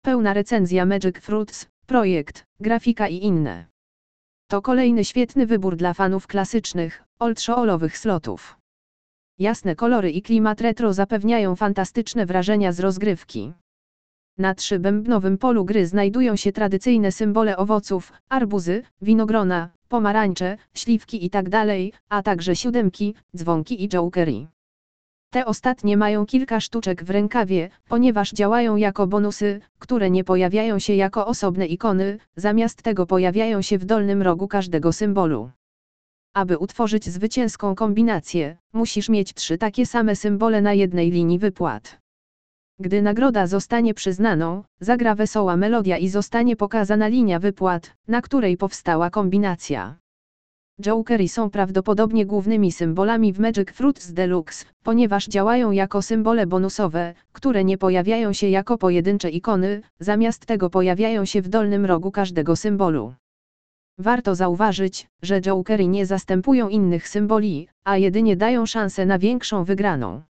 Pełna recenzja Magic Fruits, projekt, grafika i inne. To kolejny świetny wybór dla fanów klasycznych, old-schoolowych slotów. Jasne kolory i klimat retro zapewniają fantastyczne wrażenia z rozgrywki. Na 3-bębnowym polu gry znajdują się tradycyjne symbole owoców, arbuzy, winogrona, pomarańcze, śliwki itd., a także siódemki, dzwonki i jokery. Te ostatnie mają kilka sztuczek w rękawie, ponieważ działają jako bonusy, które nie pojawiają się jako osobne ikony, zamiast tego pojawiają się w dolnym rogu każdego symbolu. Aby utworzyć zwycięską kombinację, musisz mieć 3 takie same symbole na jednej linii wypłat. Gdy nagroda zostanie przyznaną, zagra wesoła melodia i zostanie pokazana linia wypłat, na której powstała kombinacja. Jokery są prawdopodobnie głównymi symbolami w Magic Fruits Deluxe, ponieważ działają jako symbole bonusowe, które nie pojawiają się jako pojedyncze ikony, zamiast tego pojawiają się w dolnym rogu każdego symbolu. Warto zauważyć, że jokery nie zastępują innych symboli, a jedynie dają szansę na większą wygraną.